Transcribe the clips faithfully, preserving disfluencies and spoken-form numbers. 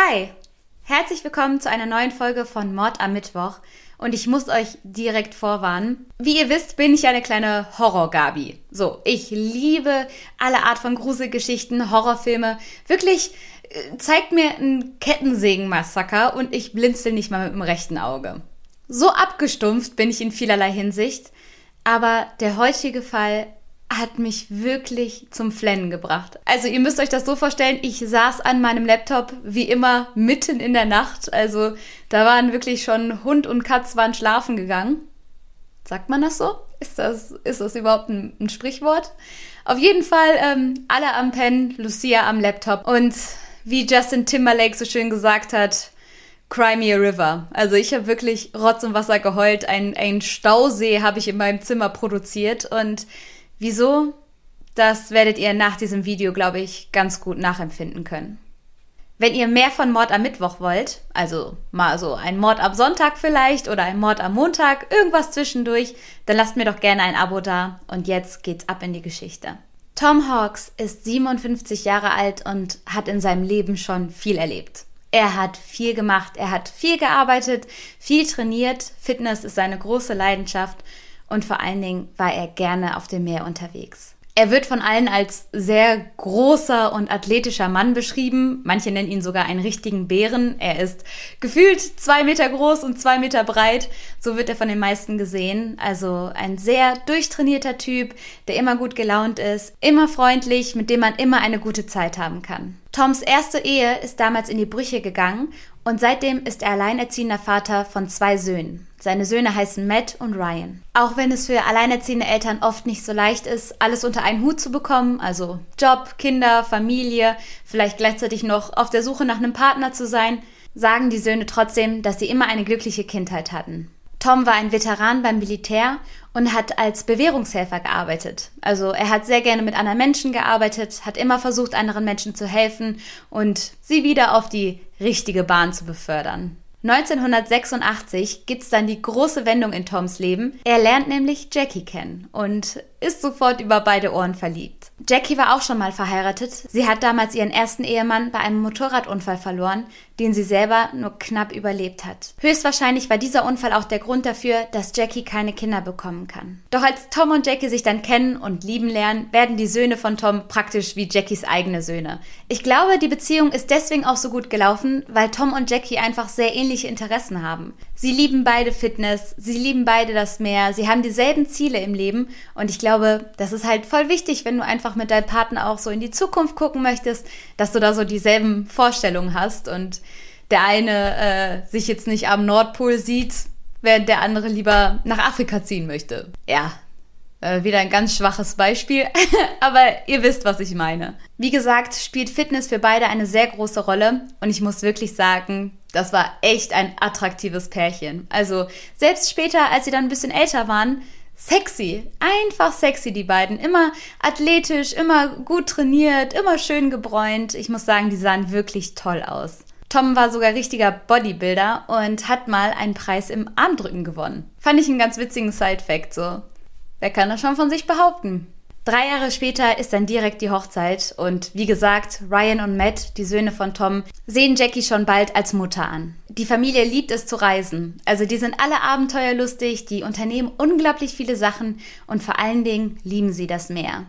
Hi, herzlich willkommen zu einer neuen Folge von Mord am Mittwoch und ich muss euch direkt vorwarnen. Wie ihr wisst, bin ich eine kleine Horror-Gabi. So, ich liebe alle Art von Gruselgeschichten, Horrorfilme. Wirklich, äh, zeigt mir ein Kettensägen-Massaker und ich blinzel nicht mal mit dem rechten Auge. So abgestumpft bin ich in vielerlei Hinsicht, aber der heutige Fall hat mich wirklich zum Flennen gebracht. Also ihr müsst euch das so vorstellen, ich saß an meinem Laptop wie immer mitten in der Nacht. Also da waren wirklich schon Hund und Katz waren schlafen gegangen. Sagt man das so? Ist das, ist das überhaupt ein, ein Sprichwort? Auf jeden Fall ähm, alle am Pennen, Lucia am Laptop. Und wie Justin Timberlake so schön gesagt hat, Cry me a river. Also ich habe wirklich Rotz und Wasser geheult. Ein, ein Stausee habe ich in meinem Zimmer produziert. Und wieso? Das werdet ihr nach diesem Video, glaube ich, ganz gut nachempfinden können. Wenn ihr mehr von Mord am Mittwoch wollt, also mal so ein Mord am Sonntag vielleicht oder ein Mord am Montag, irgendwas zwischendurch, dann lasst mir doch gerne ein Abo da. Und jetzt geht's ab in die Geschichte. Tom Hawks ist siebenundfünfzig Jahre alt und hat in seinem Leben schon viel erlebt. Er hat viel gemacht, er hat viel gearbeitet, viel trainiert. Fitness ist seine große Leidenschaft. Und vor allen Dingen war er gerne auf dem Meer unterwegs. Er wird von allen als sehr großer und athletischer Mann beschrieben. Manche nennen ihn sogar einen richtigen Bären. Er ist gefühlt zwei Meter groß und zwei Meter breit. So wird er von den meisten gesehen. Also ein sehr durchtrainierter Typ, der immer gut gelaunt ist, immer freundlich, mit dem man immer eine gute Zeit haben kann. Toms erste Ehe ist damals in die Brüche gegangen und seitdem ist er alleinerziehender Vater von zwei Söhnen. Seine Söhne heißen Matt und Ryan. Auch wenn es für alleinerziehende Eltern oft nicht so leicht ist, alles unter einen Hut zu bekommen, also Job, Kinder, Familie, vielleicht gleichzeitig noch auf der Suche nach einem Partner zu sein, sagen die Söhne trotzdem, dass sie immer eine glückliche Kindheit hatten. Tom war ein Veteran beim Militär und hat als Bewährungshelfer gearbeitet. Also er hat sehr gerne mit anderen Menschen gearbeitet, hat immer versucht, anderen Menschen zu helfen und sie wieder auf die richtige Bahn zu befördern. neunzehnhundertsechsundachtzig gibt's dann die große Wendung in Toms Leben. Er lernt nämlich Jackie kennen und ist sofort über beide Ohren verliebt. Jackie war auch schon mal verheiratet. Sie hat damals ihren ersten Ehemann bei einem Motorradunfall verloren, den sie selber nur knapp überlebt hat. Höchstwahrscheinlich war dieser Unfall auch der Grund dafür, dass Jackie keine Kinder bekommen kann. Doch als Tom und Jackie sich dann kennen und lieben lernen, werden die Söhne von Tom praktisch wie Jackies eigene Söhne. Ich glaube, die Beziehung ist deswegen auch so gut gelaufen, weil Tom und Jackie einfach sehr ähnliche Interessen haben. Sie lieben beide Fitness, sie lieben beide das Meer, sie haben dieselben Ziele im Leben und ich glaube, das ist halt voll wichtig, wenn du einfach mit deinem Partner auch so in die Zukunft gucken möchtest, dass du da so dieselben Vorstellungen hast und der eine äh, sich jetzt nicht am Nordpol sieht, während der andere lieber nach Afrika ziehen möchte. Ja, äh, wieder ein ganz schwaches Beispiel, aber ihr wisst, was ich meine. Wie gesagt, spielt Fitness für beide eine sehr große Rolle und ich muss wirklich sagen, das war echt ein attraktives Pärchen. Also selbst später, als sie dann ein bisschen älter waren, sexy, einfach sexy die beiden. Immer athletisch, immer gut trainiert, immer schön gebräunt. Ich muss sagen, die sahen wirklich toll aus. Tom war sogar richtiger Bodybuilder und hat mal einen Preis im Armdrücken gewonnen. Fand ich einen ganz witzigen Side-Fact so. Wer kann das schon von sich behaupten? Drei Jahre später ist dann direkt die Hochzeit und wie gesagt, Ryan und Matt, die Söhne von Tom, sehen Jackie schon bald als Mutter an. Die Familie liebt es zu reisen. Also die sind alle abenteuerlustig, die unternehmen unglaublich viele Sachen und vor allen Dingen lieben sie das Meer.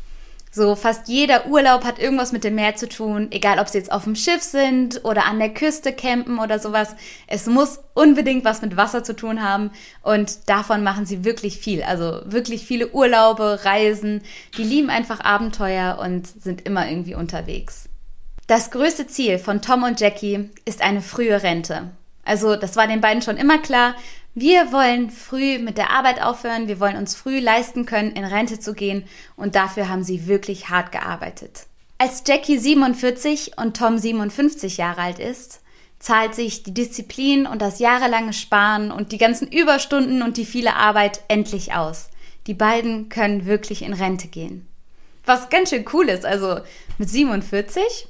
So fast jeder Urlaub hat irgendwas mit dem Meer zu tun, egal ob sie jetzt auf dem Schiff sind oder an der Küste campen oder sowas. Es muss unbedingt was mit Wasser zu tun haben und davon machen sie wirklich viel. Also wirklich viele Urlaube, Reisen. Die lieben einfach Abenteuer und sind immer irgendwie unterwegs. Das größte Ziel von Tom und Jackie ist eine frühe Rente. Also das war den beiden schon immer klar. Wir wollen früh mit der Arbeit aufhören, wir wollen uns früh leisten können, in Rente zu gehen und dafür haben sie wirklich hart gearbeitet. Als Jackie siebenundvierzig und Tom siebenundfünfzig Jahre alt ist, zahlt sich die Disziplin und das jahrelange Sparen und die ganzen Überstunden und die viele Arbeit endlich aus. Die beiden können wirklich in Rente gehen. Was ganz schön cool ist, also mit siebenundvierzig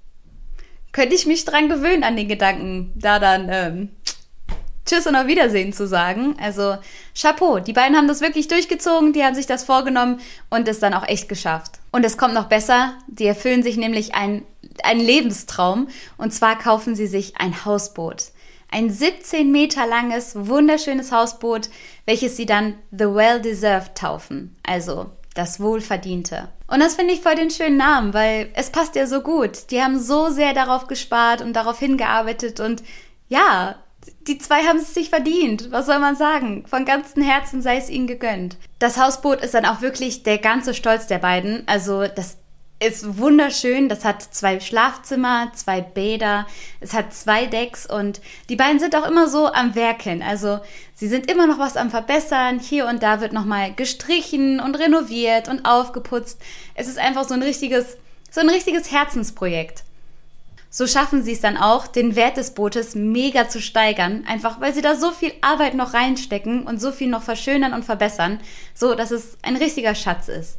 könnte ich mich dran gewöhnen an den Gedanken, da dann ähm, Tschüss und auf Wiedersehen zu sagen. Also Chapeau, die beiden haben das wirklich durchgezogen, die haben sich das vorgenommen und es dann auch echt geschafft. Und es kommt noch besser, die erfüllen sich nämlich ein ein Lebenstraum. Und zwar kaufen sie sich ein Hausboot. Ein siebzehn Meter langes, wunderschönes Hausboot, welches sie dann The Well-Deserved taufen. Also das Wohlverdiente. Und das finde ich voll den schönen Namen, weil es passt ja so gut. Die haben so sehr darauf gespart und darauf hingearbeitet und ja, die zwei haben es sich verdient. Was soll man sagen? Von ganzem Herzen sei es ihnen gegönnt. Das Hausboot ist dann auch wirklich der ganze Stolz der beiden. Also das ist wunderschön. Das hat zwei Schlafzimmer, zwei Bäder, es hat zwei Decks und die beiden sind auch immer so am Werkeln. Also sie sind immer noch was am Verbessern. Hier und da wird nochmal gestrichen und renoviert und aufgeputzt. Es ist einfach so ein richtiges, so ein richtiges Herzensprojekt. So schaffen sie es dann auch, den Wert des Bootes mega zu steigern, einfach weil sie da so viel Arbeit noch reinstecken und so viel noch verschönern und verbessern, so dass es ein richtiger Schatz ist.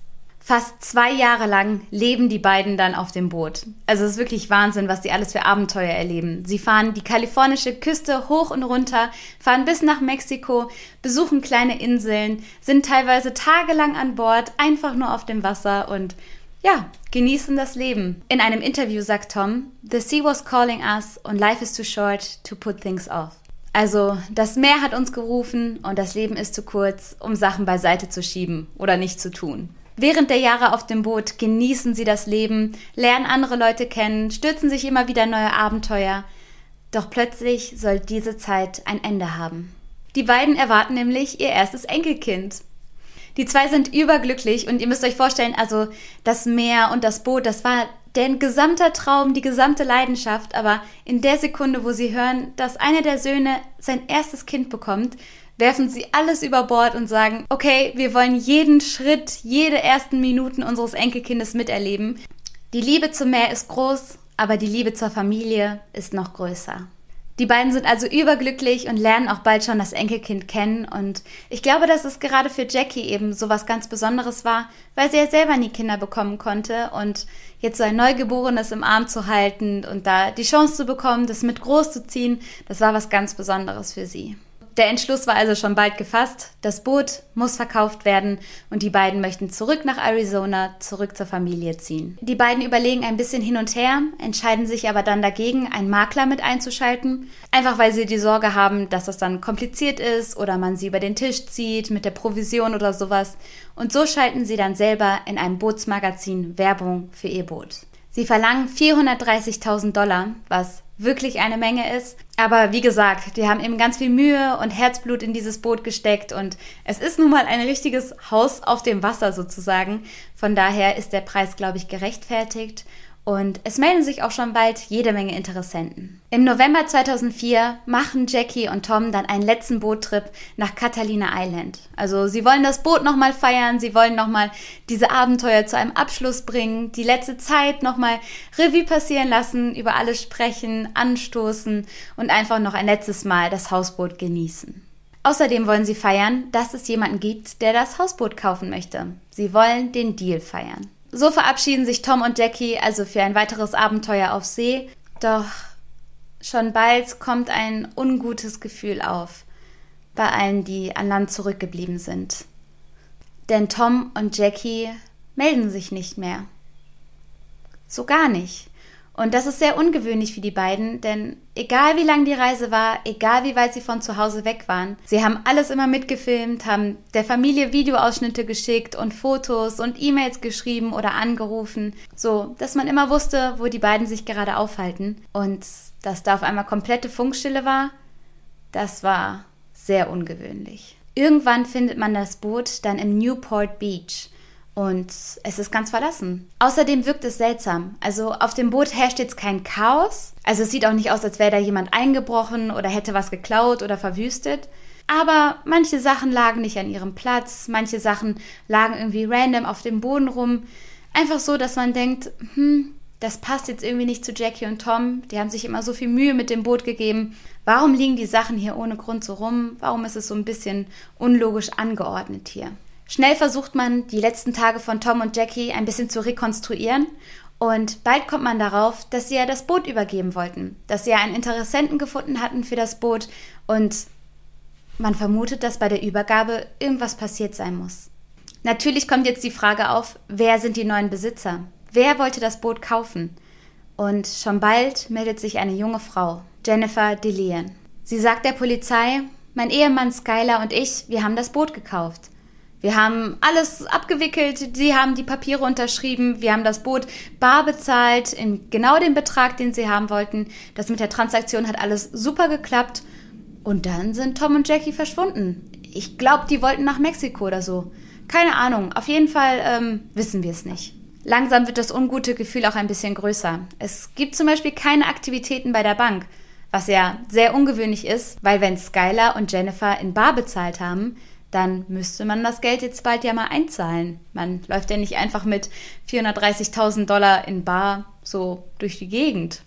Fast zwei Jahre lang leben die beiden dann auf dem Boot. Also es ist wirklich Wahnsinn, was sie alles für Abenteuer erleben. Sie fahren die kalifornische Küste hoch und runter, fahren bis nach Mexiko, besuchen kleine Inseln, sind teilweise tagelang an Bord, einfach nur auf dem Wasser und ja, genießen das Leben. In einem Interview sagt Tom, "The sea was calling us and life is too short to put things off." Also, das Meer hat uns gerufen und das Leben ist zu kurz, um Sachen beiseite zu schieben oder nicht zu tun. Während der Jahre auf dem Boot genießen sie das Leben, lernen andere Leute kennen, stürzen sich immer wieder neue Abenteuer. Doch plötzlich soll diese Zeit ein Ende haben. Die beiden erwarten nämlich ihr erstes Enkelkind. Die zwei sind überglücklich und ihr müsst euch vorstellen, also das Meer und das Boot, das war deren gesamter Traum, die gesamte Leidenschaft, aber in der Sekunde, wo sie hören, dass einer der Söhne sein erstes Kind bekommt, werfen sie alles über Bord und sagen, okay, wir wollen jeden Schritt, jede ersten Minuten unseres Enkelkindes miterleben. Die Liebe zum Meer ist groß, aber die Liebe zur Familie ist noch größer. Die beiden sind also überglücklich und lernen auch bald schon das Enkelkind kennen und ich glaube, dass es gerade für Jackie eben so was ganz Besonderes war, weil sie ja selber nie Kinder bekommen konnte und jetzt so ein Neugeborenes im Arm zu halten und da die Chance zu bekommen, das mit groß zu ziehen, das war was ganz Besonderes für sie. Der Entschluss war also schon bald gefasst, das Boot muss verkauft werden und die beiden möchten zurück nach Arizona, zurück zur Familie ziehen. Die beiden überlegen ein bisschen hin und her, entscheiden sich aber dann dagegen, einen Makler mit einzuschalten, einfach weil sie die Sorge haben, dass das dann kompliziert ist oder man sie über den Tisch zieht mit der Provision oder sowas. Und so schalten sie dann selber in einem Bootsmagazin Werbung für ihr Boot. Sie verlangen vierhundertdreißigtausend Dollar, was wirklich eine Menge ist. Aber wie gesagt, die haben eben ganz viel Mühe und Herzblut in dieses Boot gesteckt und es ist nun mal ein richtiges Haus auf dem Wasser sozusagen. Von daher ist der Preis, glaube ich, gerechtfertigt. Und es melden sich auch schon bald jede Menge Interessenten. Im November zweitausendvier machen Jackie und Tom dann einen letzten Boottrip nach Catalina Island. Also sie wollen das Boot nochmal feiern, sie wollen nochmal diese Abenteuer zu einem Abschluss bringen, die letzte Zeit nochmal Revue passieren lassen, über alles sprechen, anstoßen und einfach noch ein letztes Mal das Hausboot genießen. Außerdem wollen sie feiern, dass es jemanden gibt, der das Hausboot kaufen möchte. Sie wollen den Deal feiern. So verabschieden sich Tom und Jackie also für ein weiteres Abenteuer auf See. Doch schon bald kommt ein ungutes Gefühl auf bei allen, die an Land zurückgeblieben sind. Denn Tom und Jackie melden sich nicht mehr. So gar nicht. Und das ist sehr ungewöhnlich für die beiden, denn egal wie lang die Reise war, egal wie weit sie von zu Hause weg waren, sie haben alles immer mitgefilmt, haben der Familie Videoausschnitte geschickt und Fotos und E-Mails geschrieben oder angerufen, so dass man immer wusste, wo die beiden sich gerade aufhalten. Und dass da auf einmal komplette Funkstille war, das war sehr ungewöhnlich. Irgendwann findet man das Boot dann im Newport Beach. Und es ist ganz verlassen. Außerdem wirkt es seltsam. Also auf dem Boot herrscht jetzt kein Chaos. Also es sieht auch nicht aus, als wäre da jemand eingebrochen oder hätte was geklaut oder verwüstet. Aber manche Sachen lagen nicht an ihrem Platz. Manche Sachen lagen irgendwie random auf dem Boden rum. Einfach so, dass man denkt, hm, das passt jetzt irgendwie nicht zu Jackie und Tom. Die haben sich immer so viel Mühe mit dem Boot gegeben. Warum liegen die Sachen hier ohne Grund so rum? Warum ist es so ein bisschen unlogisch angeordnet hier? Schnell versucht man, die letzten Tage von Tom und Jackie ein bisschen zu rekonstruieren und bald kommt man darauf, dass sie ja das Boot übergeben wollten, dass sie ja einen Interessenten gefunden hatten für das Boot und man vermutet, dass bei der Übergabe irgendwas passiert sein muss. Natürlich kommt jetzt die Frage auf, wer sind die neuen Besitzer? Wer wollte das Boot kaufen? Und schon bald meldet sich eine junge Frau, Jennifer DeLeon. Sie sagt der Polizei, mein Ehemann Skylar und ich, wir haben das Boot gekauft. Wir haben alles abgewickelt, sie haben die Papiere unterschrieben, wir haben das Boot bar bezahlt, in genau den Betrag, den sie haben wollten. Das mit der Transaktion hat alles super geklappt. Und dann sind Tom und Jackie verschwunden. Ich glaube, die wollten nach Mexiko oder so. Keine Ahnung, auf jeden Fall ähm, wissen wir es nicht. Langsam wird das ungute Gefühl auch ein bisschen größer. Es gibt zum Beispiel keine Aktivitäten bei der Bank, was ja sehr ungewöhnlich ist, weil wenn Skylar und Jennifer in bar bezahlt haben, dann müsste man das Geld jetzt bald ja mal einzahlen. Man läuft ja nicht einfach mit vierhundertdreißigtausend Dollar in bar so durch die Gegend.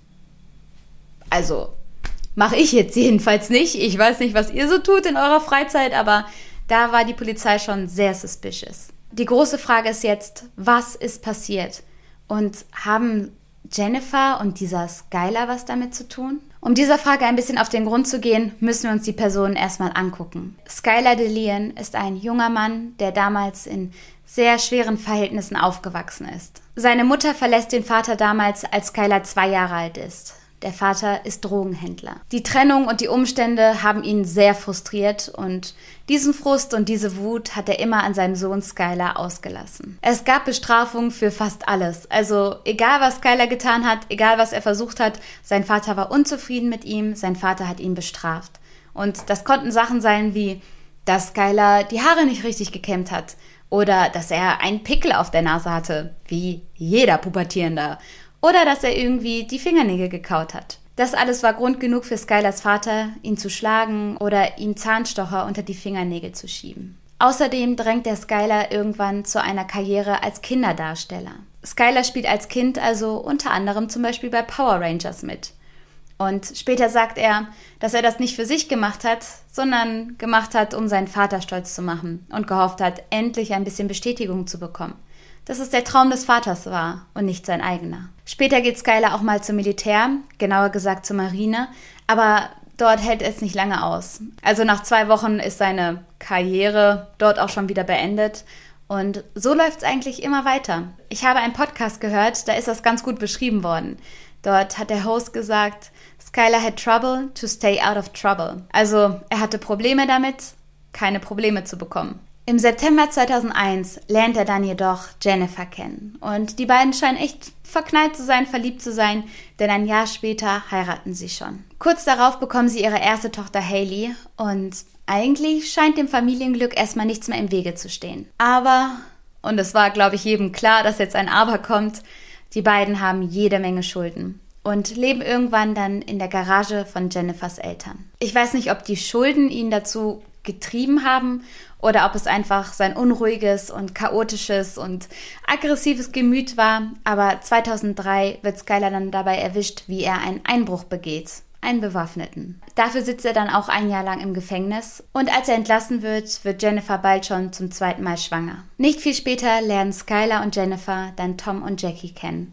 Also, mache ich jetzt jedenfalls nicht. Ich weiß nicht, was ihr so tut in eurer Freizeit, aber da war die Polizei schon sehr suspicious. Die große Frage ist jetzt, was ist passiert? Und haben Jennifer und dieser Skylar was damit zu tun? Um dieser Frage ein bisschen auf den Grund zu gehen, müssen wir uns die Personen erstmal angucken. Skylar DeLeon ist ein junger Mann, der damals in sehr schweren Verhältnissen aufgewachsen ist. Seine Mutter verlässt den Vater damals, als Skylar zwei Jahre alt ist. Der Vater ist Drogenhändler. Die Trennung und die Umstände haben ihn sehr frustriert und diesen Frust und diese Wut hat er immer an seinem Sohn Skylar ausgelassen. Es gab Bestrafungen für fast alles. Also egal, was Skylar getan hat, egal, was er versucht hat, sein Vater war unzufrieden mit ihm, sein Vater hat ihn bestraft. Und das konnten Sachen sein wie, dass Skylar die Haare nicht richtig gekämmt hat oder dass er einen Pickel auf der Nase hatte, wie jeder Pubertierender. Oder dass er irgendwie die Fingernägel gekaut hat. Das alles war Grund genug für Skylars Vater, ihn zu schlagen oder ihm Zahnstocher unter die Fingernägel zu schieben. Außerdem drängt der Skylar irgendwann zu einer Karriere als Kinderdarsteller. Skylar spielt als Kind also unter anderem zum Beispiel bei Power Rangers mit. Und später sagt er, dass er das nicht für sich gemacht hat, sondern gemacht hat, um seinen Vater stolz zu machen und gehofft hat, endlich ein bisschen Bestätigung zu bekommen. Dass es der Traum des Vaters war und nicht sein eigener. Später geht Skylar auch mal zum Militär, genauer gesagt zur Marine, aber dort hält es nicht lange aus. Also nach zwei Wochen ist seine Karriere dort auch schon wieder beendet und so läuft es eigentlich immer weiter. Ich habe einen Podcast gehört, da ist das ganz gut beschrieben worden. Dort hat der Host gesagt, Skylar had trouble to stay out of trouble. Also er hatte Probleme damit, keine Probleme zu bekommen. Im September zweitausendeins lernt er dann jedoch Jennifer kennen und die beiden scheinen echt verknallt zu sein, verliebt zu sein, denn ein Jahr später heiraten sie schon. Kurz darauf bekommen sie ihre erste Tochter Hailey und eigentlich scheint dem Familienglück erstmal nichts mehr im Wege zu stehen. Aber, und es war glaube ich jedem klar, dass jetzt ein Aber kommt, die beiden haben jede Menge Schulden und leben irgendwann dann in der Garage von Jennifers Eltern. Ich weiß nicht, ob die Schulden ihn dazu getrieben haben oder ob es einfach sein unruhiges und chaotisches und aggressives Gemüt war, aber zweitausenddrei wird Skylar dann dabei erwischt, wie er einen Einbruch begeht, einen Bewaffneten. Dafür sitzt er dann auch ein Jahr lang im Gefängnis und als er entlassen wird, wird Jennifer bald schon zum zweiten Mal schwanger. Nicht viel später lernen Skylar und Jennifer dann Tom und Jackie kennen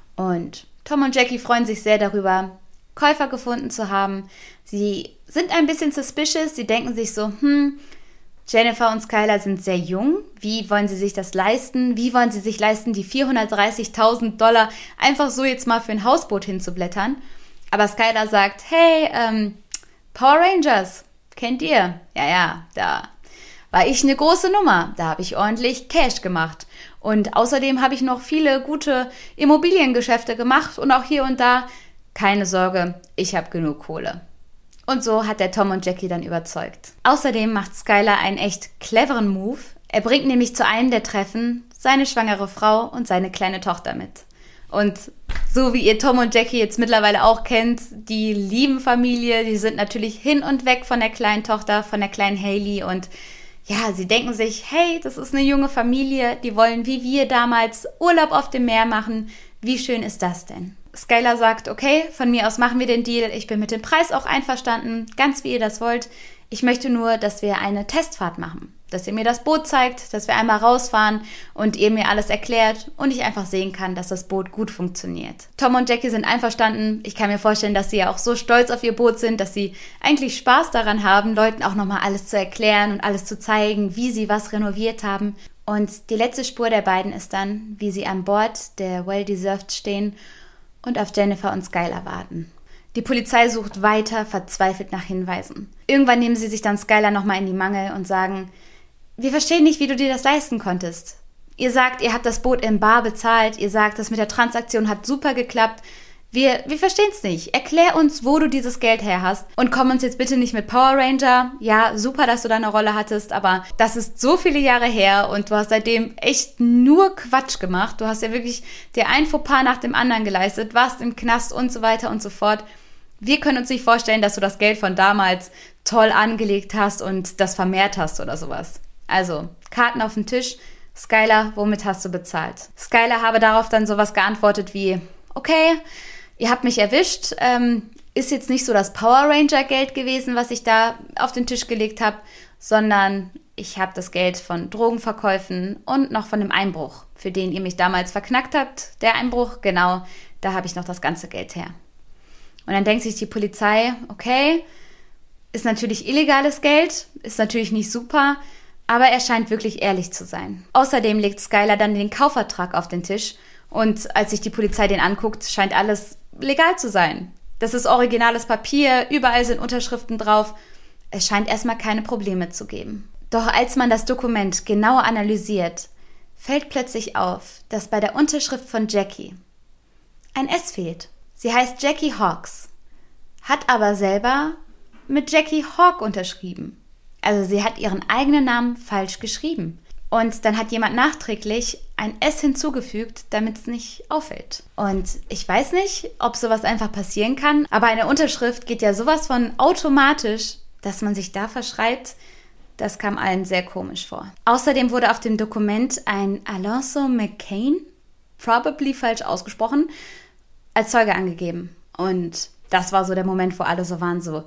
und Tom und Jackie freuen sich sehr darüber, Käufer gefunden zu haben. Sie sind ein bisschen suspicious, sie denken sich so, hm, Jennifer und Skylar sind sehr jung, wie wollen sie sich das leisten? Wie wollen sie sich leisten, die vierhundertdreißigtausend Dollar einfach so jetzt mal für ein Hausboot hinzublättern? Aber Skylar sagt, hey, ähm, Power Rangers, kennt ihr? Ja, ja, da war ich eine große Nummer, da habe ich ordentlich Cash gemacht. Und außerdem habe ich noch viele gute Immobiliengeschäfte gemacht und auch hier und da, keine Sorge, ich habe genug Kohle. Und so hat der Tom und Jackie dann überzeugt. Außerdem macht Skylar einen echt cleveren Move. Er bringt nämlich zu einem der Treffen seine schwangere Frau und seine kleine Tochter mit. Und so wie ihr Tom und Jackie jetzt mittlerweile auch kennt, die lieben Familie, die sind natürlich hin und weg von der kleinen Tochter, von der kleinen Hailey. Und ja, sie denken sich, hey, das ist eine junge Familie, die wollen wie wir damals Urlaub auf dem Meer machen. Wie schön ist das denn? Skylar sagt, okay, von mir aus machen wir den Deal. Ich bin mit dem Preis auch einverstanden, ganz wie ihr das wollt. Ich möchte nur, dass wir eine Testfahrt machen. Dass ihr mir das Boot zeigt, dass wir einmal rausfahren und ihr mir alles erklärt und ich einfach sehen kann, dass das Boot gut funktioniert. Tom und Jackie sind einverstanden. Ich kann mir vorstellen, dass sie ja auch so stolz auf ihr Boot sind, dass sie eigentlich Spaß daran haben, Leuten auch nochmal alles zu erklären und alles zu zeigen, wie sie was renoviert haben. Und die letzte Spur der beiden ist dann, wie sie an Bord der Well Deserved stehen und auf Jennifer und Skylar warten. Die Polizei sucht weiter verzweifelt nach Hinweisen. Irgendwann nehmen sie sich dann Skylar nochmal in die Mangel und sagen, wir verstehen nicht, wie du dir das leisten konntest. Ihr sagt, ihr habt das Boot in bar bezahlt, ihr sagt, das mit der Transaktion hat super geklappt. Wir, wir verstehen es nicht. Erklär uns, wo du dieses Geld her hast und komm uns jetzt bitte nicht mit Power Ranger. Ja, super, dass du da eine Rolle hattest, aber das ist so viele Jahre her und du hast seitdem echt nur Quatsch gemacht. Du hast ja wirklich dir ein Fauxpas nach dem anderen geleistet, warst im Knast und so weiter und so fort. Wir können uns nicht vorstellen, dass du das Geld von damals toll angelegt hast und das vermehrt hast oder sowas. Also, Karten auf den Tisch. Skylar, womit hast du bezahlt? Skylar habe darauf dann sowas geantwortet wie, okay, ihr habt mich erwischt, ähm, ist jetzt nicht so das Power Ranger Geld gewesen, was ich da auf den Tisch gelegt habe, sondern ich habe das Geld von Drogenverkäufen und noch von dem Einbruch, für den ihr mich damals verknackt habt. Der Einbruch, genau, da habe ich noch das ganze Geld her. Und dann denkt sich die Polizei, okay, ist natürlich illegales Geld, ist natürlich nicht super, aber er scheint wirklich ehrlich zu sein. Außerdem legt Skylar dann den Kaufvertrag auf den Tisch und als sich die Polizei den anguckt, scheint alles legal zu sein. Das ist originales Papier, überall sind Unterschriften drauf. Es scheint erstmal keine Probleme zu geben. Doch als man das Dokument genauer analysiert, fällt plötzlich auf, dass bei der Unterschrift von Jackie ein S fehlt. Sie heißt Jackie Hawks, hat aber selber mit Jackie Hawk unterschrieben. Also sie hat ihren eigenen Namen falsch geschrieben. Und dann hat jemand nachträglich ein S hinzugefügt, damit es nicht auffällt. Und ich weiß nicht, ob sowas einfach passieren kann, aber eine Unterschrift geht ja sowas von automatisch, dass man sich da verschreibt. Das kam allen sehr komisch vor. Außerdem wurde auf dem Dokument ein Alonzo McCain, probably falsch ausgesprochen, als Zeuge angegeben. Und das war so der Moment, wo alle so waren, so,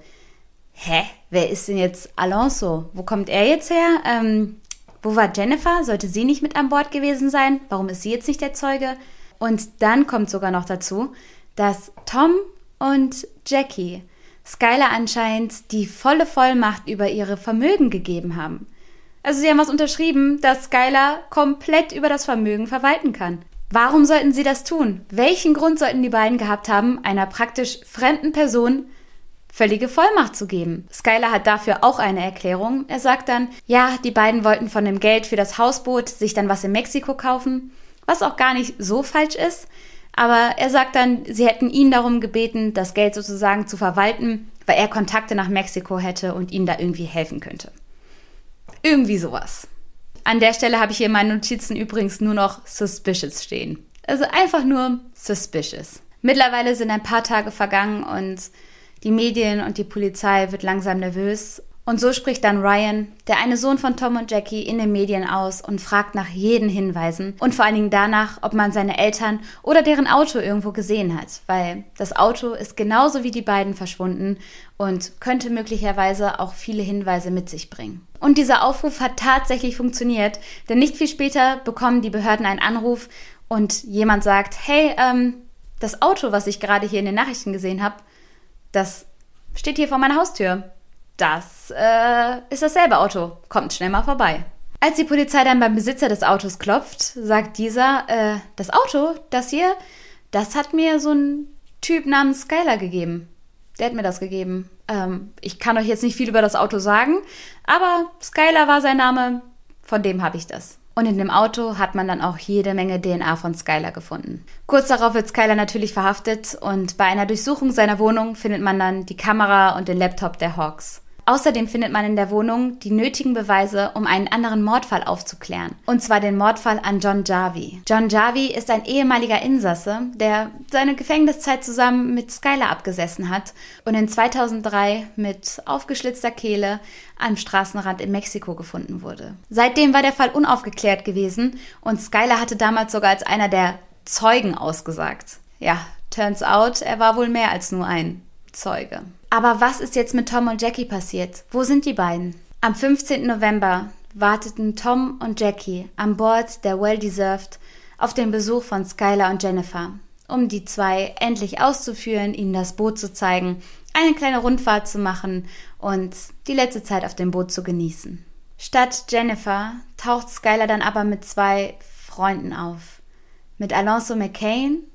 hä, wer ist denn jetzt Alonso? Wo kommt er jetzt her? Ähm, wo war Jennifer? Sollte sie nicht mit an Bord gewesen sein? Warum ist sie jetzt nicht der Zeuge? Und dann kommt sogar noch dazu, dass Tom und Jackie Skylar anscheinend die volle Vollmacht über ihre Vermögen gegeben haben. Also sie haben was unterschrieben, dass Skylar komplett über das Vermögen verwalten kann. Warum sollten sie das tun? Welchen Grund sollten die beiden gehabt haben, einer praktisch fremden Person völlige Vollmacht zu geben? Skylar hat dafür auch eine Erklärung. Er sagt dann, ja, die beiden wollten von dem Geld für das Hausboot sich dann was in Mexiko kaufen, was auch gar nicht so falsch ist. Aber er sagt dann, sie hätten ihn darum gebeten, das Geld sozusagen zu verwalten, weil er Kontakte nach Mexiko hätte und ihnen da irgendwie helfen könnte. Irgendwie sowas. An der Stelle habe ich hier in meinen Notizen übrigens nur noch suspicious stehen. Also einfach nur suspicious. Mittlerweile sind ein paar Tage vergangen und die Medien und die Polizei wird langsam nervös. Und so spricht dann Ryan, der eine Sohn von Tom und Jackie, in den Medien aus und fragt nach jeden Hinweisen und vor allen Dingen danach, ob man seine Eltern oder deren Auto irgendwo gesehen hat, weil das Auto ist genauso wie die beiden verschwunden und könnte möglicherweise auch viele Hinweise mit sich bringen. Und dieser Aufruf hat tatsächlich funktioniert, denn nicht viel später bekommen die Behörden einen Anruf und jemand sagt, hey, ähm, das Auto, was ich gerade hier in den Nachrichten gesehen habe, das steht hier vor meiner Haustür. Das äh, ist dasselbe Auto. Kommt schnell mal vorbei. Als die Polizei dann beim Besitzer des Autos klopft, sagt dieser, äh, das Auto, das hier, das hat mir so ein Typ namens Skylar gegeben. Der hat mir das gegeben. Ähm, ich kann euch jetzt nicht viel über das Auto sagen, aber Skylar war sein Name, von dem habe ich das. Und in dem Auto hat man dann auch jede Menge D N A von Skylar gefunden. Kurz darauf wird Skylar natürlich verhaftet und bei einer Durchsuchung seiner Wohnung findet man dann die Kamera und den Laptop der Hawks. Außerdem findet man in der Wohnung die nötigen Beweise, um einen anderen Mordfall aufzuklären. Und zwar den Mordfall an John Jarvie. John Jarvie ist ein ehemaliger Insasse, der seine Gefängniszeit zusammen mit Skylar abgesessen hat und in zweitausenddrei mit aufgeschlitzter Kehle am Straßenrand in Mexiko gefunden wurde. Seitdem war der Fall unaufgeklärt gewesen und Skylar hatte damals sogar als einer der Zeugen ausgesagt. Ja, turns out, er war wohl mehr als nur ein Zeuge. Aber was ist jetzt mit Tom und Jackie passiert? Wo sind die beiden? Am fünfzehnten November warteten Tom und Jackie an Bord der Well-Deserved auf den Besuch von Skylar und Jennifer, um die zwei endlich auszuführen, ihnen das Boot zu zeigen, eine kleine Rundfahrt zu machen und die letzte Zeit auf dem Boot zu genießen. Statt Jennifer taucht Skylar dann aber mit zwei Freunden auf. Mit Alonzo McCain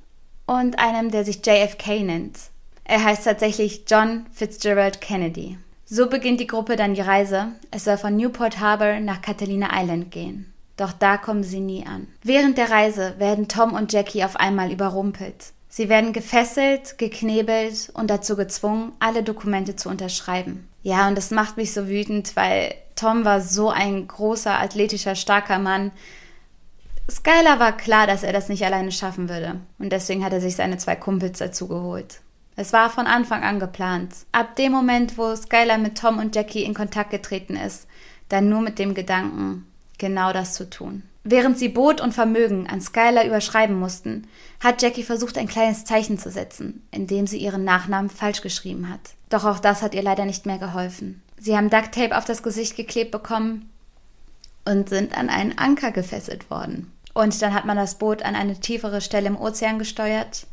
und einem, der sich J F K nennt. Er heißt tatsächlich John Fitzgerald Kennedy. So beginnt die Gruppe dann die Reise. Es soll von Newport Harbor nach Catalina Island gehen. Doch da kommen sie nie an. Während der Reise werden Tom und Jackie auf einmal überrumpelt. Sie werden gefesselt, geknebelt und dazu gezwungen, alle Dokumente zu unterschreiben. Ja, und das macht mich so wütend, weil Tom war so ein großer, athletischer, starker Mann. Skylar war klar, dass er das nicht alleine schaffen würde. Und deswegen hat er sich seine zwei Kumpels dazu geholt. Es war von Anfang an geplant. Ab dem Moment, wo Skylar mit Tom und Jackie in Kontakt getreten ist, dann nur mit dem Gedanken, genau das zu tun. Während sie Boot und Vermögen an Skylar überschreiben mussten, hat Jackie versucht, ein kleines Zeichen zu setzen, indem sie ihren Nachnamen falsch geschrieben hat. Doch auch das hat ihr leider nicht mehr geholfen. Sie haben Ducktape auf das Gesicht geklebt bekommen und sind an einen Anker gefesselt worden. Und dann hat man das Boot an eine tiefere Stelle im Ozean gesteuert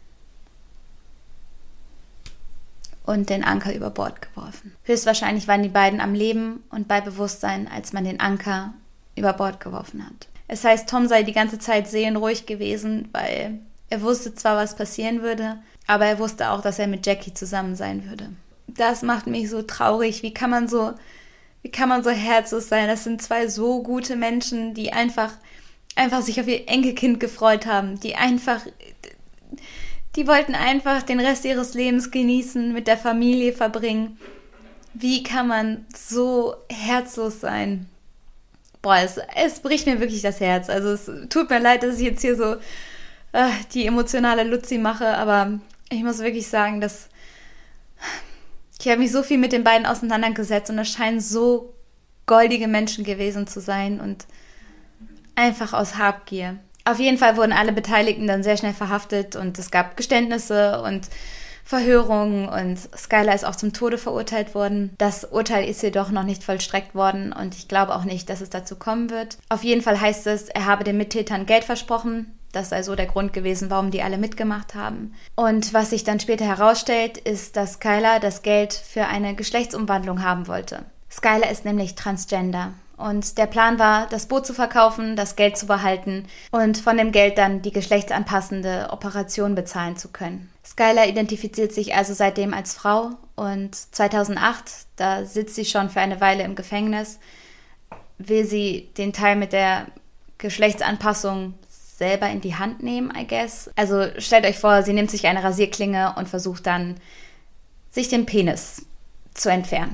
und den Anker über Bord geworfen. Höchstwahrscheinlich waren die beiden am Leben und bei Bewusstsein, als man den Anker über Bord geworfen hat. Es heißt, Tom sei die ganze Zeit seelenruhig gewesen, weil er wusste zwar, was passieren würde, aber er wusste auch, dass er mit Jackie zusammen sein würde. Das macht mich so traurig. Wie kann man so, wie kann man so herzlos sein? Das sind zwei so gute Menschen, die einfach, einfach sich auf ihr Enkelkind gefreut haben, die einfach, die wollten einfach den Rest ihres Lebens genießen, mit der Familie verbringen. Wie kann man so herzlos sein? Boah, es, es bricht mir wirklich das Herz. Also es tut mir leid, dass ich jetzt hier so äh, die emotionale Luzi mache, aber ich muss wirklich sagen, dass ich habe mich so viel mit den beiden auseinandergesetzt und das scheinen so goldige Menschen gewesen zu sein und einfach aus Habgier. Auf jeden Fall wurden alle Beteiligten dann sehr schnell verhaftet und es gab Geständnisse und Verhörungen und Skylar ist auch zum Tode verurteilt worden. Das Urteil ist jedoch noch nicht vollstreckt worden und ich glaube auch nicht, dass es dazu kommen wird. Auf jeden Fall heißt es, er habe den Mittätern Geld versprochen. Das sei so der Grund gewesen, warum die alle mitgemacht haben. Und was sich dann später herausstellt, ist, dass Skylar das Geld für eine Geschlechtsumwandlung haben wollte. Skylar ist nämlich transgender. Und der Plan war, das Boot zu verkaufen, das Geld zu behalten und von dem Geld dann die geschlechtsanpassende Operation bezahlen zu können. Skylar identifiziert sich also seitdem als Frau und zweitausendacht, da sitzt sie schon für eine Weile im Gefängnis, will sie den Teil mit der Geschlechtsanpassung selber in die Hand nehmen, I guess. Also stellt euch vor, sie nimmt sich eine Rasierklinge und versucht dann, sich den Penis zu entfernen.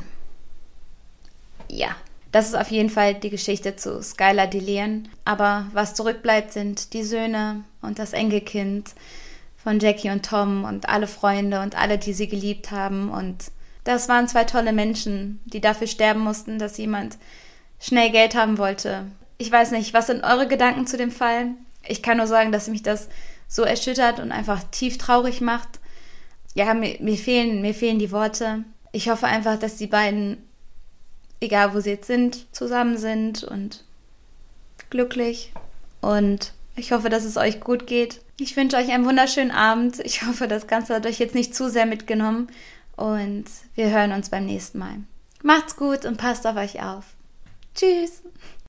Ja. Das ist auf jeden Fall die Geschichte zu Skylar DeLeon. Aber was zurückbleibt, sind die Söhne und das Enkelkind von Jackie und Tom und alle Freunde und alle, die sie geliebt haben. Und das waren zwei tolle Menschen, die dafür sterben mussten, dass jemand schnell Geld haben wollte. Ich weiß nicht, was sind eure Gedanken zu dem Fall? Ich kann nur sagen, dass mich das so erschüttert und einfach tief traurig macht. Ja, mir, mir fehlen, mir fehlen die Worte. Ich hoffe einfach, dass die beiden, egal wo sie jetzt sind, zusammen sind und glücklich. Und ich hoffe, dass es euch gut geht. Ich wünsche euch einen wunderschönen Abend. Ich hoffe, das Ganze hat euch jetzt nicht zu sehr mitgenommen. Und wir hören uns beim nächsten Mal. Macht's gut und passt auf euch auf. Tschüss!